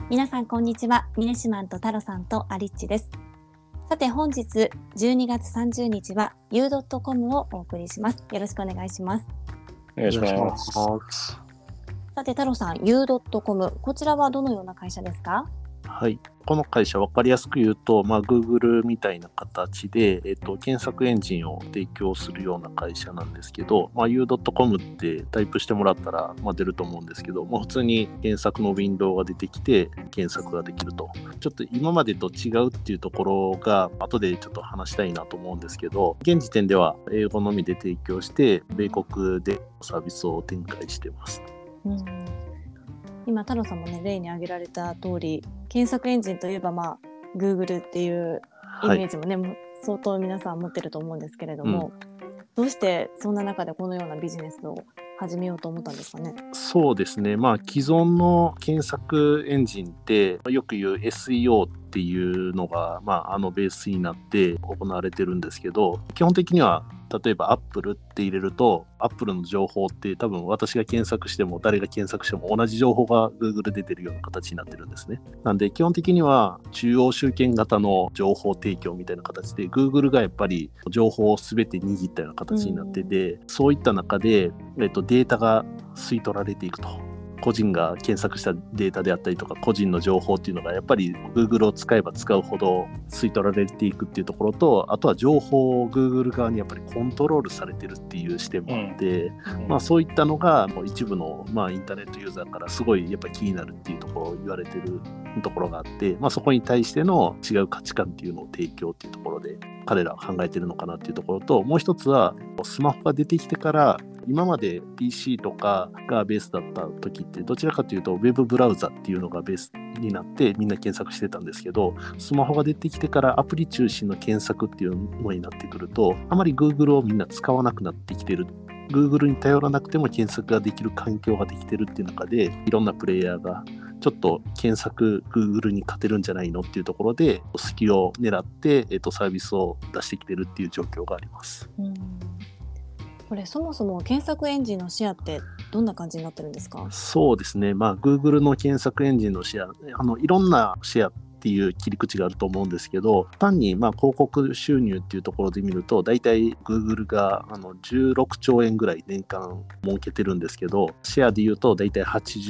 皆さんこんにちは。ミネシマンとタロさんとアリッチです。さて本日12月30日は U.com をお送りします。よろしくお願いします。 お願いします。 さてタロさん U.com こちらはどのような会社ですか？ はい、この会社分かりやすく言うと、Google みたいな形で、検索エンジンを提供するような会社なんですけど、U.com ってタイプしてもらったら、出ると思うんですけど、普通に検索のウィンドウが出てきて検索ができると。ちょっと今までと違うっていうところが後でちょっと話したいなと思うんですけど、現時点では英語のみで提供して米国でサービスを展開しています。 今太郎さんもね例に挙げられた通り検索エンジンといえばGoogle っていうイメージもね、相当皆さん持ってると思うんですけれども、どうしてそんな中でこのようなビジネスを始めようと思ったんですかね？ そうですね、既存の検索エンジンってよく言う SEO っていうのが、ベースになって行われてるんですけど、基本的には例えば Apple って入れると Apple の情報って多分私が検索しても誰が検索しても同じ情報が Google で出てるような形になってるんですね。なんで基本的には中央集権型の情報提供みたいな形で Google がやっぱり情報を全て握ったような形になってて、そういった中で、データが吸い取られていくと。個人が検索したデータであったりとか個人の情報っていうのがやっぱり Google を使えば使うほど吸い取られていくっていうところと、あとは情報を Google 側にやっぱりコントロールされてるっていう視点もあって、そういったのが一部のインターネットユーザーからすごいやっぱり気になるっていうところを言われてるところがあって、そこに対しての違う価値観っていうのを提供っていうところで彼らは考えてるのかなっていうところと、もう一つはスマホが出てきてから今まで PC とかがベースだった時ってどちらかというとウェブブラウザっていうのがベースになってみんな検索してたんですけど、スマホが出てきてからアプリ中心の検索っていうのになってくるとあまり Google をみんな使わなくなってきてる。Google に頼らなくても検索ができる環境ができてるっていう中でいろんなプレイヤーがちょっと検索 Google に勝てるんじゃないのっていうところで隙を狙って、サービスを出してきてるっていう状況があります。 これそもそも検索エンジンのシェアってどんな感じになってるんですか？ そうですね、Google の検索エンジンのシェア、いろんなシェアっていう切り口があると思うんですけど、単に広告収入っていうところで見るとだいたい Google が16兆円ぐらい年間儲けてるんですけど、シェアでいうとだいたい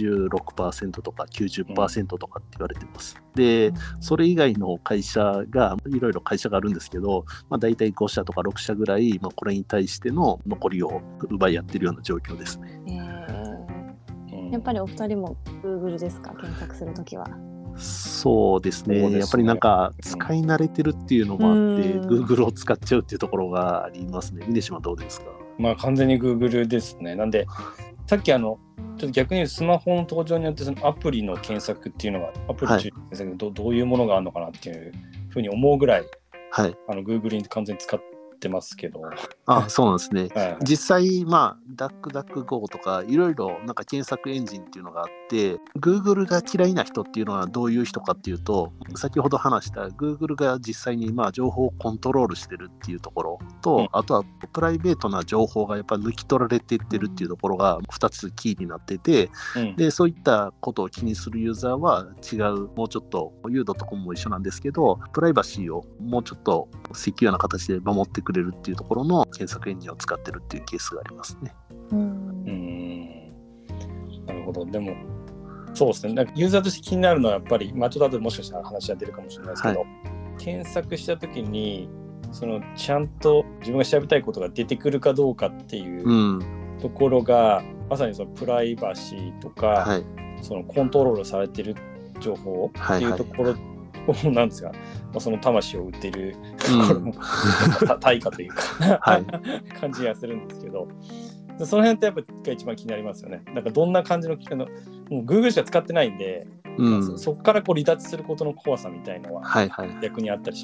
86% とか 90% とかって言われてます。で、それ以外の会社がいろいろ会社があるんですけど、だいたい5社とか6社ぐらい、これに対しての残りを奪い合ってるような状況ですね。 やっぱりお二人も Google ですか？検索するときは。 そうですね、やっぱり使い慣れてるっていうのもあって、Google を使っちゃうっていうところがありますね。峰島どうですか？ 完全に Google ですね。なんでさっきちょっと逆に言うスマホの登場によってそのアプリの検索っていうのがアプリ中に検索どういうものがあるのかなっていうふうに思うぐらい、Google に完全に使ってますけど。 そうなんですね。実際DuckDuckGo とかいろいろ検索エンジンっていうのがあって、 Google が嫌いな人っていうのはどういう人かっていうと、先ほど話した Google が実際に情報をコントロールしてるっていうところと、あとはプライベートな情報がやっぱ抜き取られていってるっていうところが2つキーになってて、でそういったことを気にするユーザーは違う、もうちょっと U.com も一緒なんですけど、プライバシーをもうちょっとセキュアな形で守ってくれるっていうところの検索エンジンを使ってるっていうケースがありますね。 なるほど。でもそうですね、ユーザーとして気になるのはやっぱり、ちょっと後でもしかしたら話が出るかもしれないですけど、検索した時にちゃんと自分が調べたいことが出てくるかどうかっていうところが、まさにそのプライバシーとか、そのコントロールされてる情報っていうところなんですが、その魂を売っているところも対価というか感じがするんですけど、その辺ってやっぱり一番気になりますよね。どんな感じのもう Google しか使ってないんで、そこから離脱することの怖さみたいのは逆にあったりしますよね。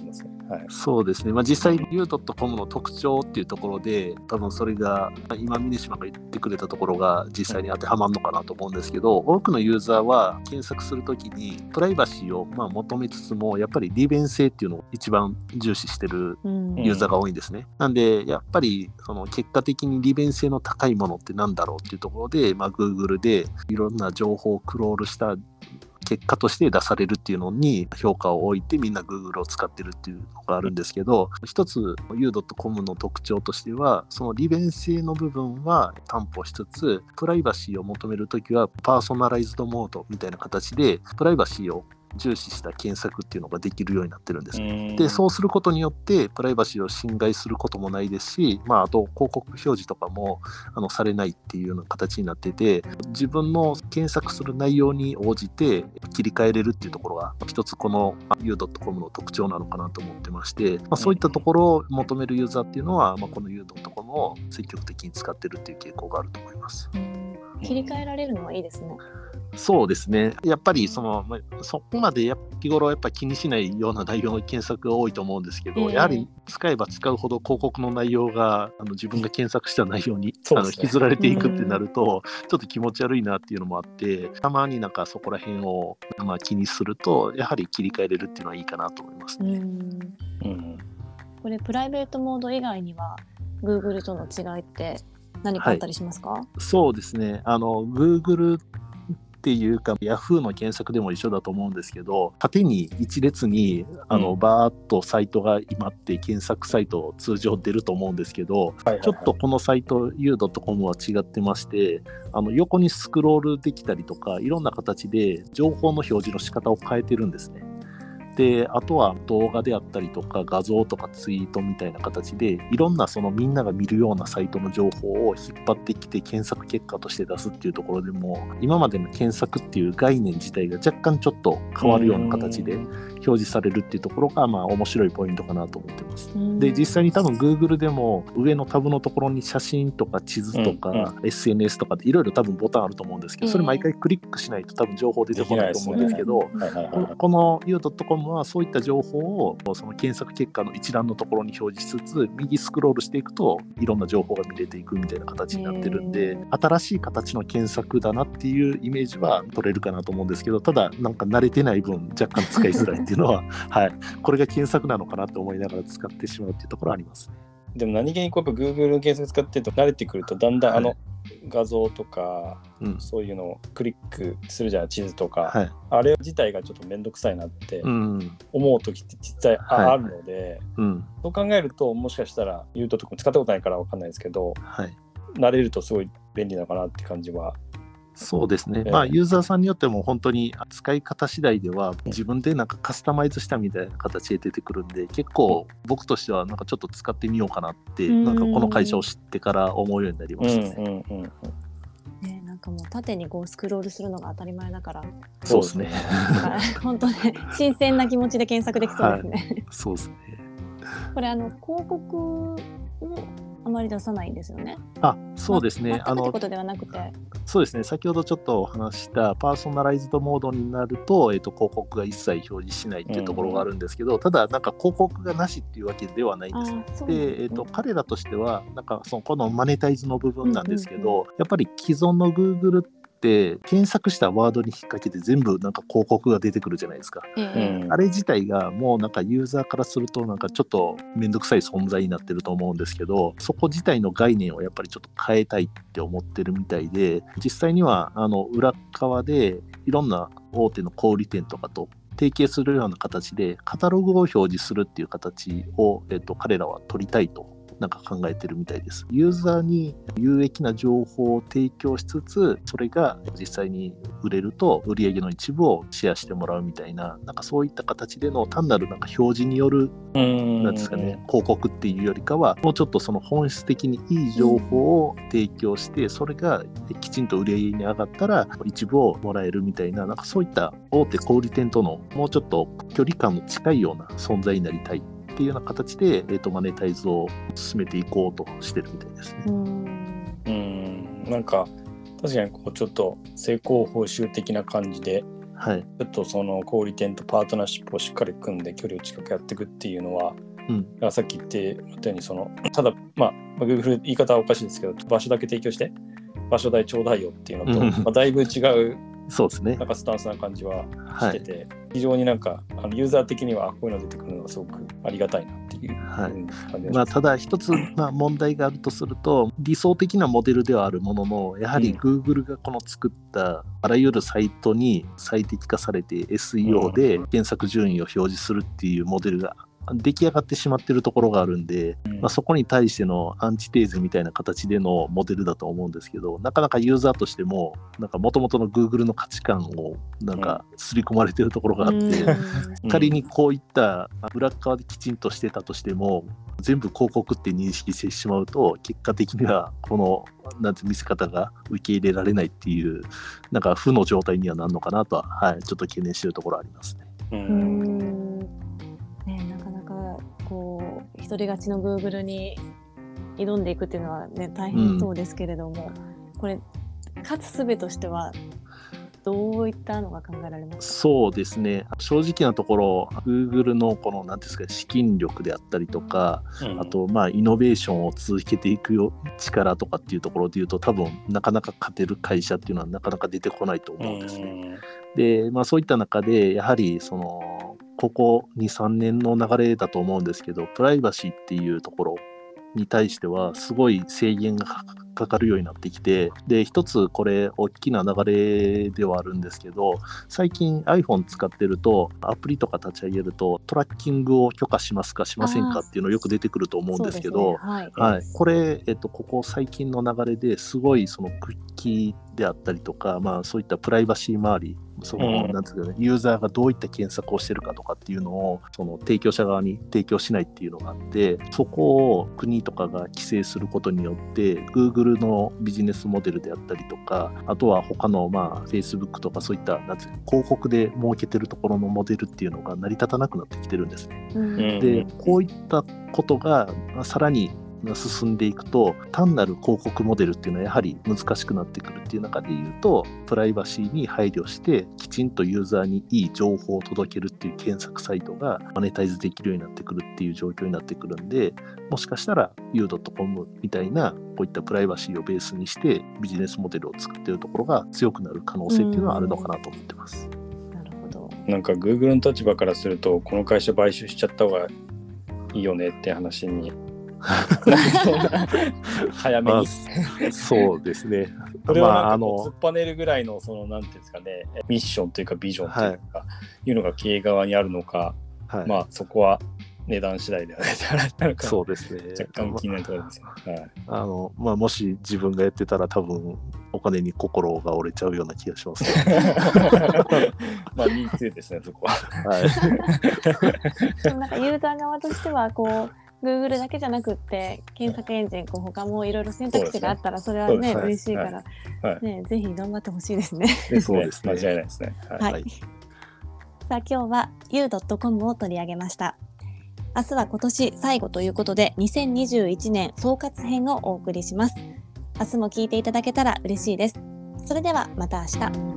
はい、 そうですね、実際 U.com の特徴っていうところで多分それが今峰島が言ってくれたところが実際に当てはまるのかなと思うんですけど、多くのユーザーは検索するときにプライバシーを求めつつもやっぱり利便性っていうのを一番重視してるユーザーが多いんですね。なんでやっぱりその結果的に利便性の高いものってなんだろうっていうところで、Google でいろんな情報をクロールした結果として出されるっていうのに評価を置いてみんな Google を使ってるっていうのがあるんですけど、一つ U.com の特徴としてはその利便性の部分は担保しつつ、プライバシーを求めるときはパーソナライズドモードみたいな形でプライバシーを重視した検索っていうのができるようになってるんです。で、そうすることによってプライバシーを侵害することもないですし、あと広告表示とかもされないっていうような形になってて、自分の検索する内容に応じて切り替えれるっていうところが一つこの U.com の特徴なのかなと思ってまして、そういったところを求めるユーザーっていうのは、この U.com を積極的に使ってるっていう傾向があると思います。 切り替えられるのはいいですね。 そうですね。やっぱりそこまで日頃やっぱ気にしないような内容の検索が多いと思うんですけど、やはり使えば使うほど広告の内容が自分が検索した内容に、引きずられていくってなるとちょっと気持ち悪いなっていうのもあって、たまにそこら辺を気にするとやはり切り替えれるっていうのはいいかなと思いますね。 これプライベートモード以外には Google との違いって何かあったりしますか？ そうですね。Googleっていうか Yahoo の検索でも一緒だと思うんですけど、縦に一列にバーッとサイトが今って検索サイト通常出ると思うんですけど、ちょっとこのサイト U.com は違ってまして、横にスクロールできたりとかいろんな形で情報の表示の仕方を変えてるんですね。で、あとは動画であったりとか画像とかツイートみたいな形でいろんなみんなが見るようなサイトの情報を引っ張ってきて検索結果として出すっていうところでも、今までの検索っていう概念自体が若干ちょっと変わるような形で表示されるっていうところが面白いポイントかなと思ってます。で、実際に多分 Google でも上のタブのところに写真とか地図とか SNS とかっていろいろ多分ボタンあると思うんですけど、それ毎回クリックしないと多分情報出てこないと思うんですけど、この U.com はそういった情報をその検索結果の一覧のところに表示しつつ、右スクロールしていくといろんな情報が見れていくみたいな形になってるんで、新しい形の検索だなっていうイメージは取れるかなと思うんですけど、ただ慣れてない分若干使いづらいっていうのはこれが検索なのかなと思いながら使ってしまうっていうところはあります。 でも何気にやっぱ Google の検索使ってると慣れてくるとだんだん画像とか、そういうのをクリックするじゃない、地図とか、あれ自体がちょっと面倒くさいなって思う時って実際あるので、そう考えるともしかしたらU.com使ったことないから分かんないですけど、慣れるとすごい便利なのかなって感じは。 そうですね。ユーザーさんによっても本当に使い方次第では自分でカスタマイズしたみたいな形で出てくるんで、結構僕としてはちょっと使ってみようかなってこの会社を知ってから思うようになりましたね。 もう縦にスクロールするのが当たり前だから、 そうですね。 本当ね、新鮮な気持ちで検索できそうですね。 そうですね。 これ広告をあまり出さないんですよね。 そうですね。 全くってことではなくて。 そうですね。先ほどちょっとお話したパーソナライズドモードになると、広告が一切表示しないっていうところがあるんですけど、ただ広告がなしっていうわけではないんですね。で、彼らとしてはこのマネタイズの部分なんですけど、やっぱり既存の Googleって検索したワードに引っ掛けて全部広告が出てくるじゃないですか。あれ自体がもうユーザーからするとちょっとめんどくさい存在になってると思うんですけど、そこ自体の概念をやっぱりちょっと変えたいって思ってるみたいで、実際には裏側でいろんな大手の小売店とかと提携するような形でカタログを表示するっていう形を、彼らは取りたいと考えてるみたいです。ユーザーに有益な情報を提供しつつ、それが実際に売れると売上の一部をシェアしてもらうみたいな、そういった形での単なる表示によるなんですかね、広告っていうよりかはもうちょっとその本質的にいい情報を提供して、それがきちんと売上に上がったら一部をもらえるみたいな、そういった大手小売店とのもうちょっと距離感の近いような存在になりたいっていうような形で、マネタイズを進めていこうとしてるみたいですね。 確かにちょっと成功報酬的な感じではい、 ちょっとその小売店とパートナーシップをしっかり組んで距離を近くやっていくっていうのは、さっき言ったようにただGoogle 言い方はおかしいですけど、場所だけ提供して場所代ちょうだいよっていうのと、だいぶ違うそうですね。 なんかスタンスな感じはしてて、非常になんかユーザー的にはこういうの出てくるのがすごくありがたいなっていう感じです。 ただ一つ、問題があるとすると、理想的なモデルではあるものの、やはり Google がこの作ったあらゆるサイトに最適化されて SEO で検索順位を表示するっていうモデルが出来上がってしまっているところがあるんで、そこに対してのアンチテーゼみたいな形でのモデルだと思うんですけど、なかなかユーザーとしても元々の Google の価値観を刷り込まれているところがあって、仮にこういった裏側できちんとしてたとしても、全部広告って認識してしまうと、結果的にはこの見せ方が受け入れられないっていう負の状態にはなるのかなとは、ちょっと懸念しているところはありますね。 なかなか一人勝ちの Google に挑んでいくっていうのはね、大変そうですけれども、これ勝つ術としてはどういったのが考えられますか？ そうですね、正直なところ Google のこのなんですか、資金力であったりとか、あとイノベーションを続けていく力とかっていうところでいうと、多分なかなか勝てる会社っていうのはなかなか出てこないと思うんですね。で、そういった中でやはりここ 2,3 年の流れだと思うんですけど、プライバシーっていうところに対してはすごい制限がかかるようになってきて、で一つこれ大きな流れではあるんですけど、最近 iPhone 使ってるとアプリとか立ち上げるとトラッキングを許可しますかしませんかっていうのよく出てくると思うんですけど、これ、ここ最近の流れですごいクッキーであったりとか、そういったプライバシー周り、なんていうかね、ユーザーがどういった検索をしてるかとかっていうのを提供者側に提供しないっていうのがあって、そこを国とかが規制することによって Google のビジネスモデルであったりとか、あとは他のFacebook とかそういった広告で儲けてるところのモデルっていうのが成り立たなくなってきてるんですね。でこういったことがさらに進んでいくと、単なる広告モデルっていうのはやはり難しくなってくるっていう中でいうと、プライバシーに配慮してきちんとユーザーにいい情報を届けるっていう検索サイトがマネタイズできるようになってくるっていう状況になってくるんで、もしかしたら U.com みたいなこういったプライバシーをベースにしてビジネスモデルを作っているところが強くなる可能性っていうのはあるのかなと思ってます。 なるほど。 Google の立場からすると、この会社買収しちゃった方がいいよねって話に早めにそうですね。 これは突っぱねるぐらいのなんていうんですかね、ミッションというかビジョンというか、いうのが経営側にあるのか、そこは値段次第ではないか、 そうですね、 若干気になるところですね。 もし自分がやってたら多分お金に心が折れちゃうような気がしますね。 Me too ですね、そこは。 ユーザー側としてはGoogle だけじゃなくって検索エンジン他もいろいろ選択肢があったらそれはね嬉しいからね、ぜひ頑張ってほしいですね。 そうですね、 間違いないですね。 さあ今日は U.com を取り上げました。明日は今年最後ということで2021年総括編をお送りします。明日も聞いていただけたら嬉しいです。それではまた明日。